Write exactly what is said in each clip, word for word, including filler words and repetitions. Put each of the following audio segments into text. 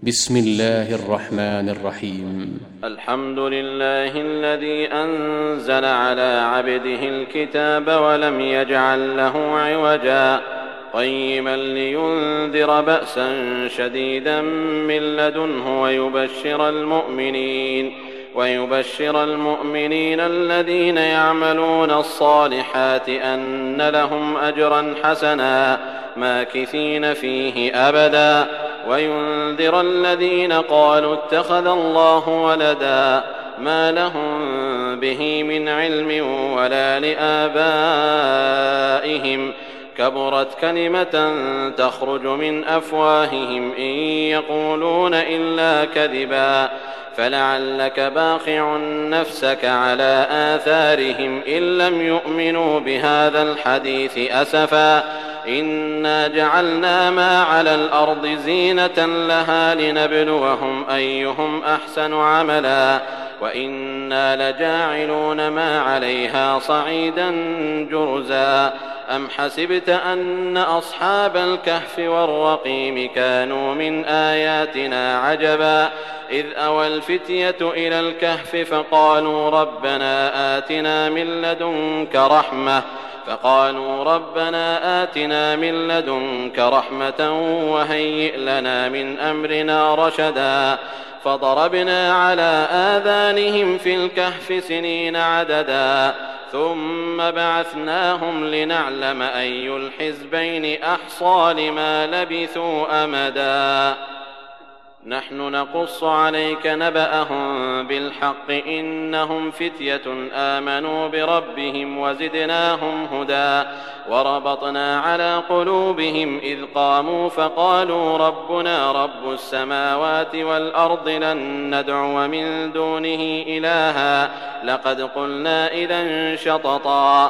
بسم الله الرحمن الرحيم. الحمد لله الذي أنزل على عبده الكتاب ولم يجعل له عوجا قيما لينذر بأسا شديدا من لدنه ويبشر المؤمنين ويبشر المؤمنين الذين يعملون الصالحات أن لهم أجرا حسنا ماكثين فيه أبدا وينذر الذين قالوا اتخذ الله ولدا ما لهم به من علم ولا لآبائهم كبرت كلمة تخرج من أفواههم إن يقولون إلا كذبا فلعلك باخع نفسك على آثارهم إن لم يؤمنوا بهذا الحديث أسفا إنا جعلنا ما على الأرض زينة لها لنبلوهم أيهم أحسن عملا وإنا لجاعلون ما عليها صعيدا جرزا أم حسبت أن أصحاب الكهف والرقيم كانوا من آياتنا عجبا إذ أوى الفتية إلى الكهف فقالوا ربنا آتنا من لدنك رحمة فقالوا ربنا آتنا من لدنك رحمة وهيئ لنا من أمرنا رشدا فضربنا على آذانهم في الكهف سنين عددا ثم بعثناهم لنعلم أي الحزبين أحصى لما لبثوا أمدا نحن نقص عليك نبأهم بالحق إنهم فتية آمنوا بربهم وزدناهم هدى وربطنا على قلوبهم إذ قاموا فقالوا ربنا رب السماوات والأرض لن ندعو من دونه إلها لقد قلنا إذا شططا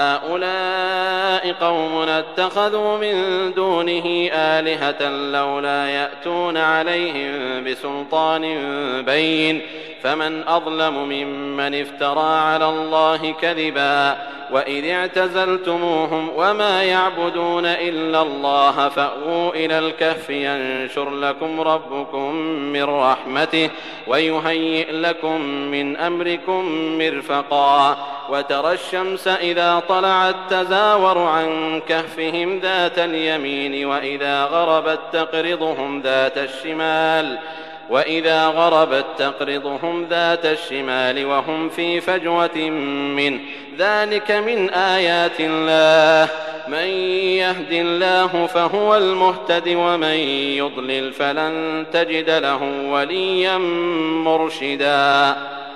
هؤلاء قومنا اتخذوا من دونه آلهة لولا يأتون عليهم بسلطان بين فمن أظلم ممن افترى على الله كذبا وإذ اعتزلتموهم وما يعبدون إلا الله فأووا إلى الكهف ينشر لكم ربكم من رحمته ويهيئ لكم من أمركم مرفقا وترى الشمس إذا طلعت تزاور عن كهفهم ذات اليمين وإذا غربت تقرضهم ذات الشمال وإذا غربت تقرضهم ذات الشمال وهم في فجوة منه ذلك من آيات الله من يهد الله فهو المهتد ومن يضلل فلن تجد له وليا مرشدا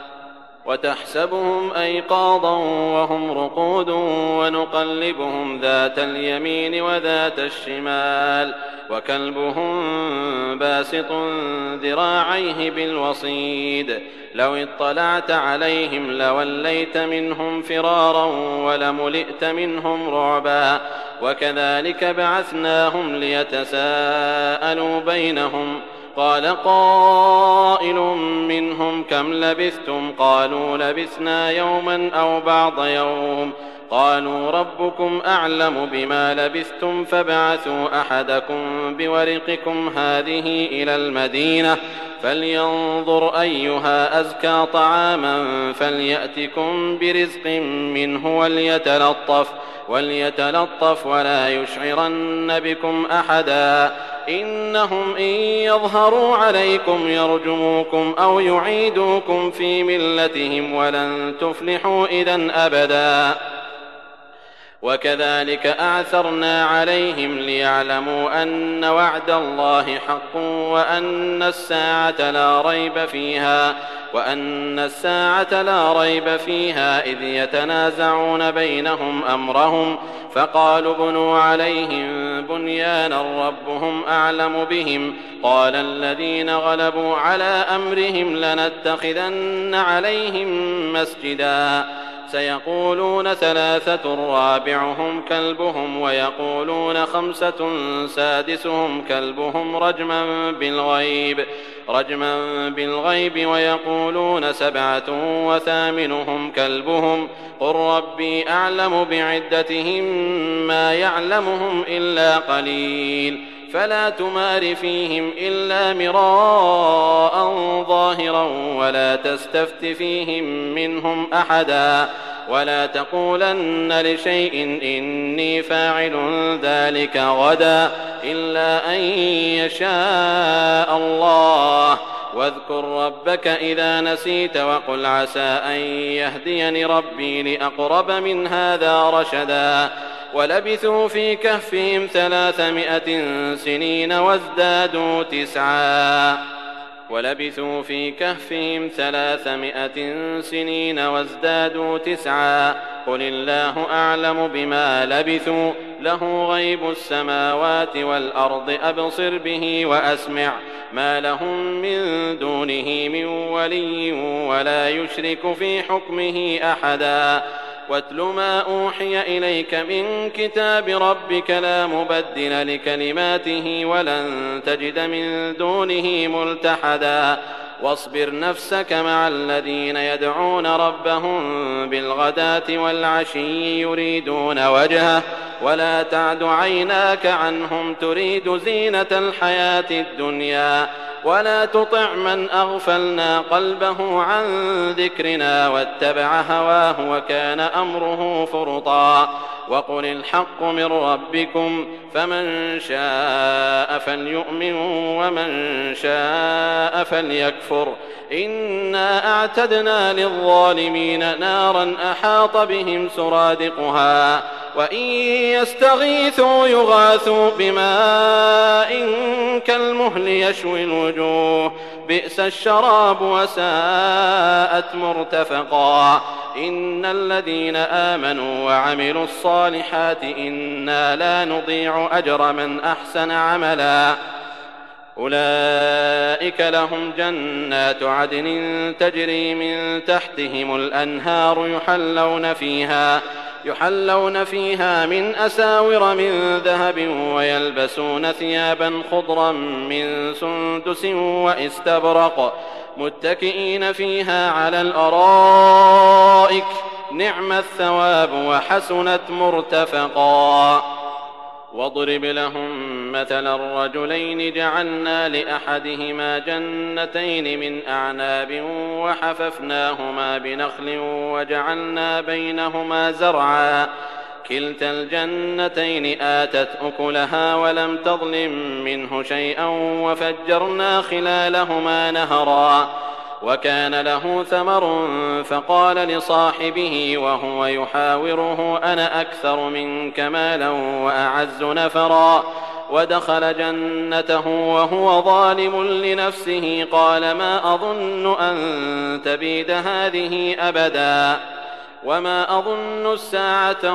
وتحسبهم أيقاظا وهم رقود ونقلبهم ذات اليمين وذات الشمال وكلبهم باسط ذراعيه بالوصيد لو اطلعت عليهم لوليت منهم فرارا ولملئت منهم رعبا وكذلك بعثناهم ليتساءلوا بينهم قال قائل منهم كم لبثتم قالوا لبثنا يوما أو بعض يوم قالوا ربكم أعلم بما لبثتم فابعثوا أحدكم بورقكم هذه إلى المدينة فلينظر أيها أزكى طعاما فليأتكم برزق منه وليتلطف وليتلطف ولا يشعرن بكم أحدا إنهم إن يظهروا عليكم يرجموكم أو يعيدوكم في ملتهم ولن تفلحوا إذن أبدا وكذلك أعثرنا عليهم ليعلموا أن وعد الله حق وأن الساعة لا ريب فيها وأن الساعة لا ريب فيها إذ يتنازعون بينهم أمرهم فقالوا بنوا عليهم بنيانا ربهم أعلم بهم قال الذين غلبوا على أمرهم لنتخذن عليهم مسجدا سيقولون ثلاثة رابعهم كلبهم ويقولون خمسة سادسهم كلبهم رجما بالغيب رجما بالغيب ويقولون سبعة وثامنهم كلبهم قل ربي أعلم بعدتهم ما يعلمهم إلا قليل فلا تمار فيهم إلا مراء ظاهرا ولا تستفت فيهم منهم أحدا ولا تقولن لشيء إني فاعل ذلك غدا إلا أن يشاء الله واذكر ربك إذا نسيت وقل عسى أن يهديني ربي لأقرب من هذا رشدا ولبثوا في كهفهم ثلاثمائة سنين وازدادوا تسعا ولبثوا في كهفهم ثلاثمائة سنين وازدادوا تسعا قل الله أعلم بما لبثوا له غيب السماوات والأرض أبصر به وأسمع ما لهم من دونه من ولي ولا يشرك في حكمه أحدا واتل ما أوحي إليك من كتاب ربك لا مبدل لكلماته ولن تجد من دونه ملتحدا واصبر نفسك مع الذين يدعون ربهم بالغداة والعشي يريدون وجهه ولا تعد عيناك عنهم تريد زينة الحياة الدنيا ولا تطع من أغفلنا قلبه عن ذكرنا واتبع هواه وكان أمره فرطا وقل الحق من ربكم فمن شاء فليؤمن ومن شاء فليكفر إنا أعتدنا للظالمين نارا أحاط بهم سرادقها وإن يستغيثوا يغاثوا بماء كالمهل يشوي الوجوه بئس الشراب وساءت مرتفقا إن الذين آمنوا وعملوا الصالحات إنا لا نضيع أجر من أحسن عملا أولئك لهم جنات عدن تجري من تحتهم الأنهار يحلون فيها يحلون فيها من أساور من ذهب ويلبسون ثيابا خضرا من سندس واستبرق متكئين فيها على الأرائك نعم الثواب وحسنت مرتفقا واضرب لهم مثل الرجلين جعلنا لأحدهما جنتين من أعناب وحففناهما بنخل وجعلنا بينهما زرعا كلتا الجنتين آتت أكلها ولم تظلم منه شيئا وفجرنا خلالهما نهرا وكان له ثمر فقال لصاحبه وهو يحاوره أنا أكثر منك مالا وأعز نفرا ودخل جنته وهو ظالم لنفسه قال ما أظن أن تبيد هذه أبدا وما أظن الساعة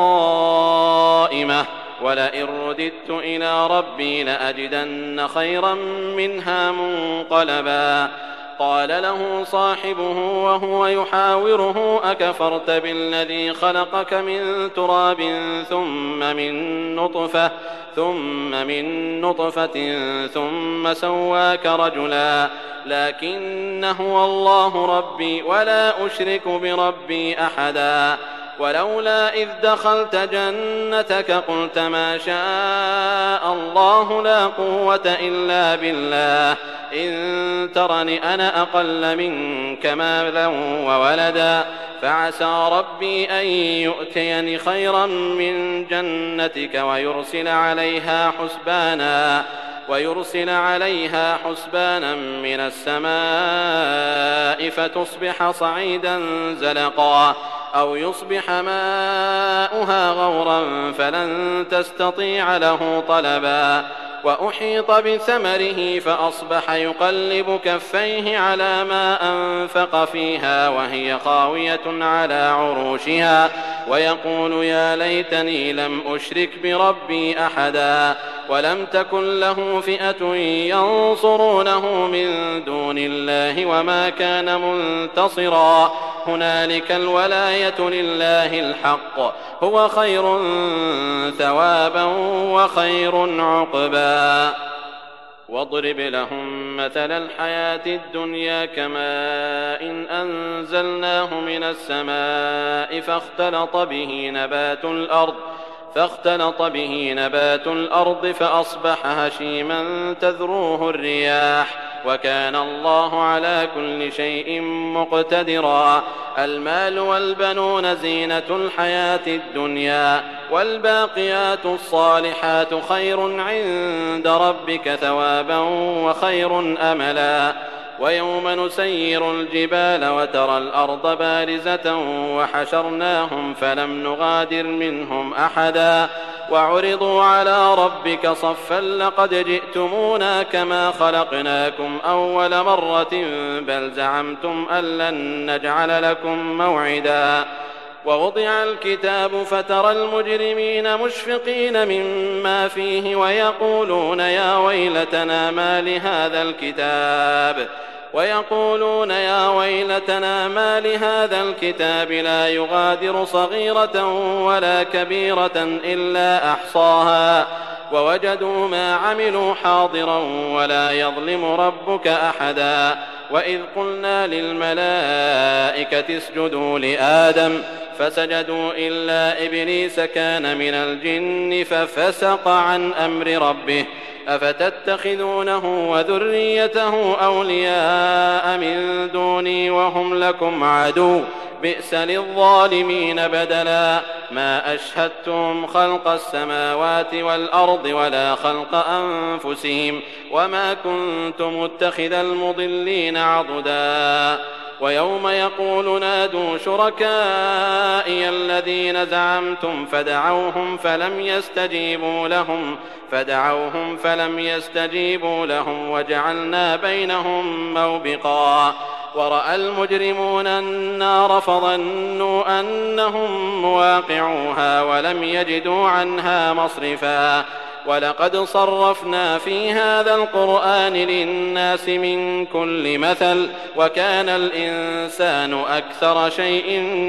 قائمة ولئن رددت إلى ربي لأجدن خيرا منها منقلبا قال له صاحبه وهو يحاوره أكفرت بالذي خلقك من تراب ثم من نطفة ثم من نطفة ثم سواك رجلا لكن هو الله ربي ولا أشرك بربي أحدا ولولا إذ دخلت جنتك قلت ما شاء الله لا قوة إلا بالله إن ترني أنا أقل منك مالا وولدا فعسى ربي أن يؤتيني خيرا من جنتك ويرسل عليها حسبانا ويرسل عليها حسبانا من السماء فتصبح صعيدا زلقا أو يصبح ماؤها غورا فلن تستطيع له طلبا وأحيط بثمره فأصبح يقلب كفيه على ما أنفق فيها وهي خاوية على عروشها ويقول يا ليتني لم أشرك بربي أحدا ولم تكن له فئة ينصرونه من دون الله وما كان منتصرا هنالك الولاية لله الحق هو خير ثوابا وخير عقبا واضرب لهم مثل الحياة الدنيا كماء إن أنزلناه من السماء فاختلط به نبات الأرض فاختلط به نبات الأرض فأصبح هشيما تذروه الرياح وكان الله على كل شيء مقتدرا. المال والبنون زينة الحياة الدنيا والباقيات الصالحات خير عند ربك ثوابا وخير أملا. ويوم نسير الجبال وترى الأرض بارزة وحشرناهم فلم نغادر منهم أحدا وعرضوا على ربك صفا لقد جئتمونا كما خلقناكم أول مرة بل زعمتم أن لن نجعل لكم موعدا. ووضع الكتاب فترى المجرمين مشفقين مما فيه ويقولون يا ويلتنا ما لهذا الكتاب ويقولون يا ويلتنا ما لهذا الكتاب لا يغادر صغيرة ولا كبيرة إلا أحصاها ووجدوا ما عملوا حاضرا ولا يظلم ربك أحدا. وإذ قلنا للملائكة اسجدوا لآدم فسجدوا إلا إبليس كان من الجن ففسق عن أمر ربه أفتتخذونه وذريته أولياء من دوني وهم لكم عدو بئس للظالمين بدلا. ما أشهدتم خلق السماوات والأرض ولا خلق أنفسهم وما كنت متخذ المضلين عضدا. ويوم يقول نادوا شركائي الذين زعمتم فدعوهم فلم يستجيبوا لهم فدعوهم فلم يستجيبوا لهم وجعلنا بينهم موبقا. ورأى المجرمون النار فظنوا أنهم مواقعوها ولم يجدوا عنها مصرفا. ولقد صرفنا في هذا القرآن للناس من كل مثل وكان الإنسان أكثر شيء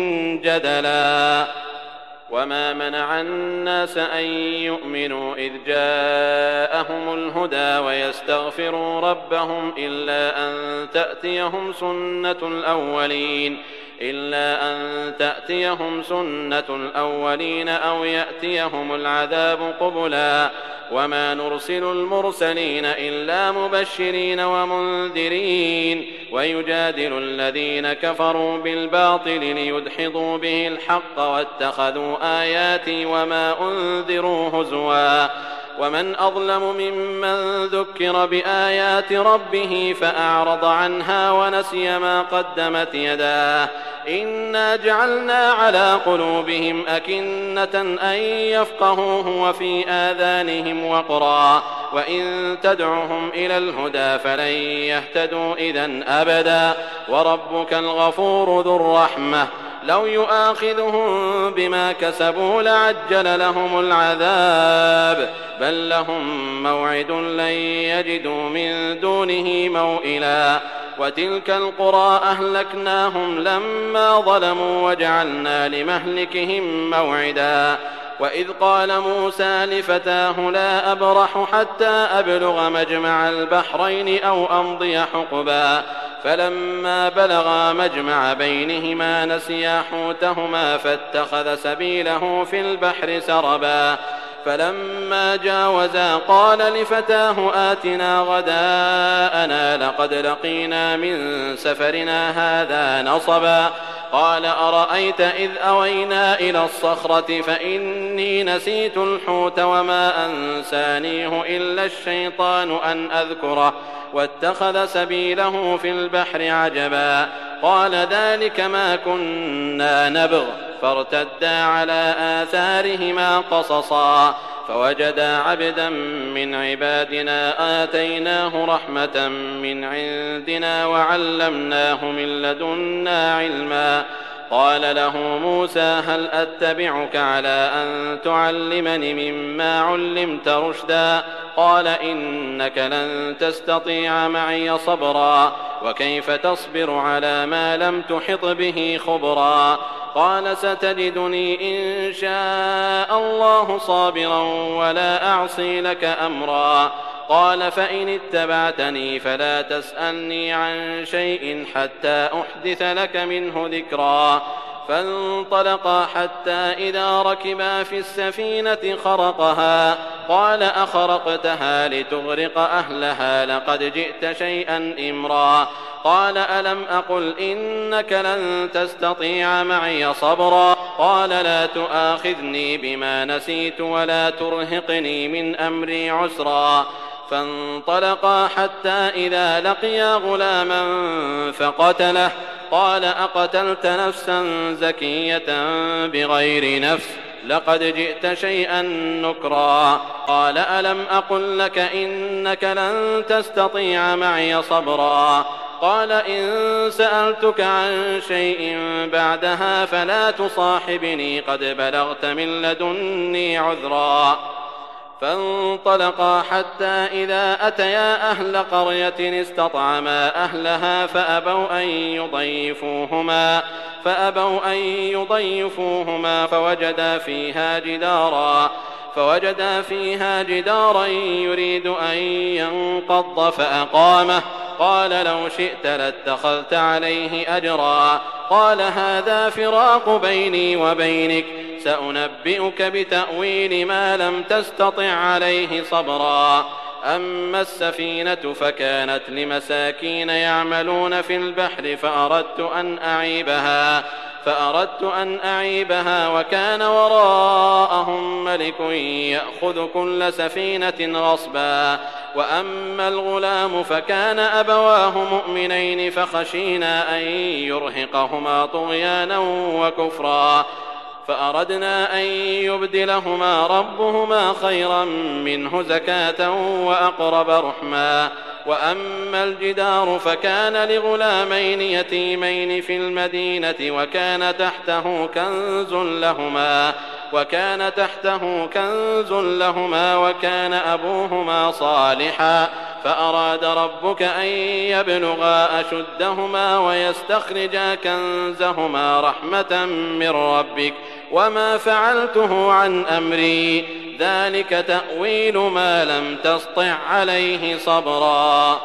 جدلا. وما منع الناس أن يؤمنوا إذ جاءهم الهدى ويستغفروا ربهم إلا أن تأتيهم سنة الأولين إلا أن تأتيهم سنة الأولين أو يأتيهم العذاب قبلا. وما نرسل المرسلين إلا مبشرين ومنذرين ويجادل الذين كفروا بالباطل ليدحضوا به الحق واتخذوا آياتي وما أنذروا هزوا. ومن أظلم ممن ذكر بآيات ربه فأعرض عنها ونسي ما قدمت يداه إنا جعلنا على قلوبهم أكنة أن يفقهوه وفي آذانهم وقرا وإن تدعهم إلى الهدى فلن يهتدوا إذن أبدا. وربك الغفور ذو الرحمة لو يؤاخذهم بما كسبوا لعجل لهم العذاب بل لهم موعد لن يجدوا من دونه موئلا. وتلك القرى أهلكناهم لما ظلموا وجعلنا لمهلكهم موعدا. وإذ قال موسى لفتاه لا أبرح حتى أبلغ مجمع البحرين أو أمضي حقبا فلما بلغا مجمع بينهما نسيا حوتهما فاتخذ سبيله في البحر سربا. فلما جاوزا قال لفتاه آتنا غداءنا لقد لقينا من سفرنا هذا نصبا. قال أرأيت إذ أوينا إلى الصخرة فإني نسيت الحوت وما أنسانيه إلا الشيطان أن أذكره واتخذ سبيله في البحر عجبا. قال ذلك ما كنا نبغ فارتدا على آثارهما قصصا فوجدا عبدا من عبادنا آتيناه رحمة من عندنا وعلمناه من لدنا علما. قال له موسى هل أتبعك على أن تعلمني مما علمت رشدا قال إنك لن تستطيع معي صبرا وكيف تصبر على ما لم تحط به خبرا. قال ستجدني إن شاء الله صابرا ولا أعصي لك أمرا. قال فإن اتبعتني فلا تسألني عن شيء حتى أحدث لك منه ذكرا. فانطلقا حتى إذا ركبا في السفينة خرقها قال أخرقتها لتغرق أهلها لقد جئت شيئا إمرا قال ألم أقل إنك لن تستطيع معي صبرا قال لا تؤاخذني بما نسيت ولا ترهقني من أمري عسرا فانطلقا حتى إذا لقيا غلاما فقتله قال أقتلت نفسا زكية بغير نفس لقد جئت شيئا نكرا قال ألم أقل لك إنك لن تستطيع معي صبرا قال إن سألتك عن شيء بعدها فلا تصاحبني قد بلغت من لدني عذرا فانطلقا حتى إذا أتيا أهل قرية استطعما أهلها فأبوا أن يضيفوهما فأبوا أن يضيفوهما فوجدا فيها جدارا فوجدا فيها جدارا يريد أن ينقض فأقامه قال لو شئت لاتخذت عليه أجرا قال هذا فراق بيني وبينك سأنبئك بتأويل ما لم تستطع عليه صبرا أما السفينة فكانت لمساكين يعملون في البحر فأردت أن أعيبها فأردت أن أعيبها وكان وراءهم ملك يأخذ كل سفينة غصبا وأما الغلام فكان أبواه مؤمنين فخشينا أن يرهقهما طغيانا وكفرا فأردنا أن يبدلهما ربهما خيرا منه زكاة وأقرب رحما وأما الجدار فكان لغلامين يتيمين في المدينة وكان تحته كنز لهما وكان تحته كنز لهما وكان أبوهما صالحا فأراد ربك أن يبلغا أشدهما ويستخرجا كنزهما رحمة من ربك وما فعلته عن أمري ذلك تأويل ما لم تسطع عليه صبرا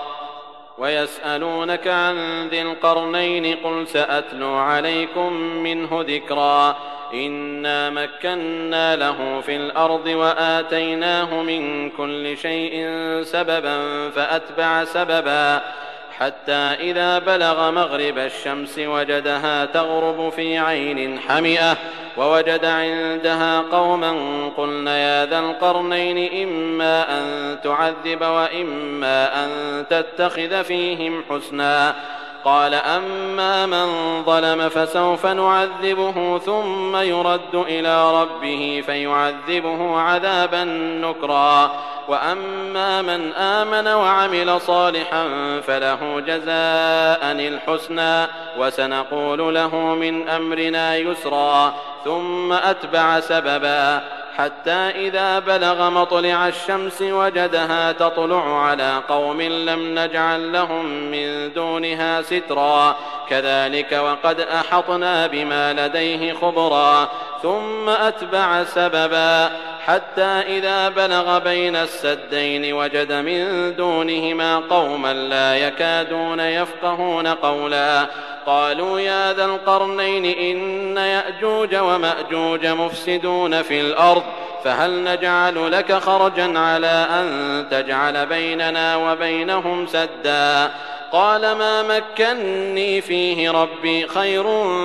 ويسألونك عن ذي القرنين قل سأتلو عليكم منه ذكرا إنا مكنا له في الأرض وآتيناه من كل شيء سببا فأتبع سببا حتى إذا بلغ مغرب الشمس وجدها تغرب في عين حمئة ووجد عندها قوما قلنا يا ذا القرنين إما أن تعذب وإما أن تتخذ فيهم حسنا قال أما من ظلم فسوف نعذبه ثم يرد إلى ربه فيعذبه عذابا نكرا وأما من آمن وعمل صالحا فله جزاء الحسنى وسنقول له من أمرنا يسرا ثم أتبع سببا حتى إذا بلغ مطلع الشمس وجدها تطلع على قوم لم نجعل لهم من دونها سترا كذلك وقد أحطنا بما لديه خبرا ثم أتبع سببا حتى إذا بلغ بين السدين وجد من دونهما قوما لا يكادون يفقهون قولا قالوا يا ذا القرنين إن يأجوج ومأجوج مفسدون في الأرض فهل نجعل لك خرجا على أن تجعل بيننا وبينهم سدا قال ما مكني فيه ربي خير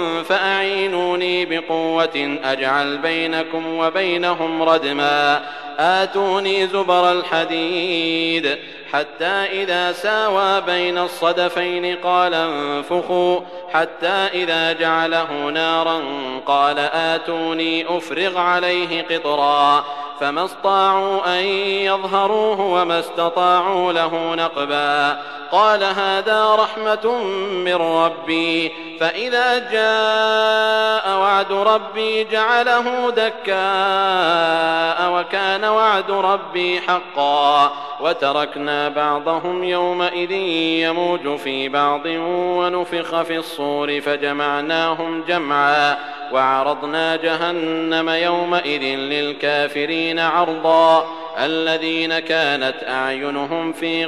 فأعينوني بقوة أجعل بينكم وبينهم ردما آتوني زبر الحديد حتى إذا ساوى بين الصدفين قال انفخوا حتى إذا جعله نارا قال آتوني أفرغ عليه قطرا فما استطاعوا أن يظهروه وما استطاعوا له نقبا قال هذا رحمة من ربي فإذا جاء وعد ربي جعله دكاء وكان وعد ربي حقا وتركنا بعضهم يومئذ يموج في بعض ونفخ في الصور فجمعناهم جمعا وعرضنا جهنم يومئذ للكافرين عرضا الذين كانت أعينهم في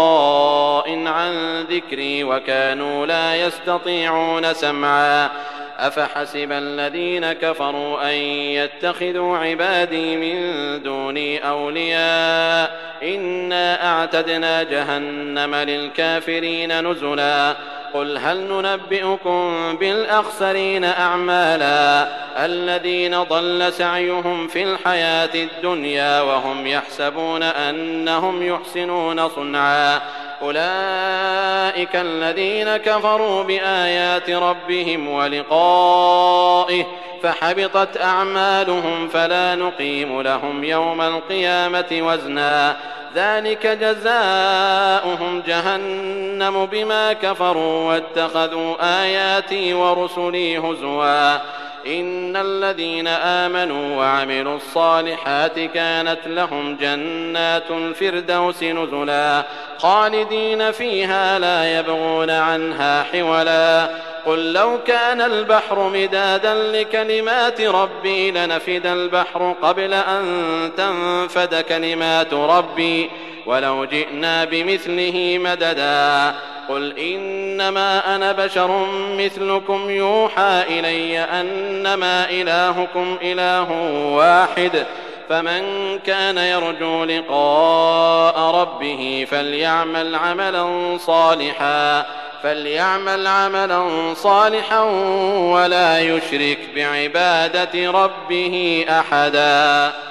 غطاء عن ذكري وكانوا لا يستطيعون سمعا أفحسب الذين كفروا أن يتخذوا عبادي من دوني أولياء إنا أعتدنا جهنم للكافرين نزلا قل هل ننبئكم بالأخسرين أعمالا الذين ضل سعيهم في الحياة الدنيا وهم يحسبون أنهم يحسنون صنعا أولئك الذين كفروا بآيات ربهم ولقائه فحبطت أعمالهم فلا نقيم لهم يوم القيامة وزنا ذلك جزاؤهم جهنم بما كفروا واتخذوا آياتي ورسلي هزوا إن الذين آمنوا وعملوا الصالحات كانت لهم جنات الفردوس نزلا خالدين فيها لا يبغون عنها حولا قل لو كان البحر مدادا لكلمات ربي لنفد البحر قبل أن تنفد كلمات ربي ولو جئنا بمثله مددا قل إنما أنا بشر مثلكم يوحى إلي أنما إلهكم إله واحد فمن كان يرجو لقاء ربه فليعمل عملا صالحا فليعمل عملا صالحا ولا يشرك بعبادة ربه أحدا.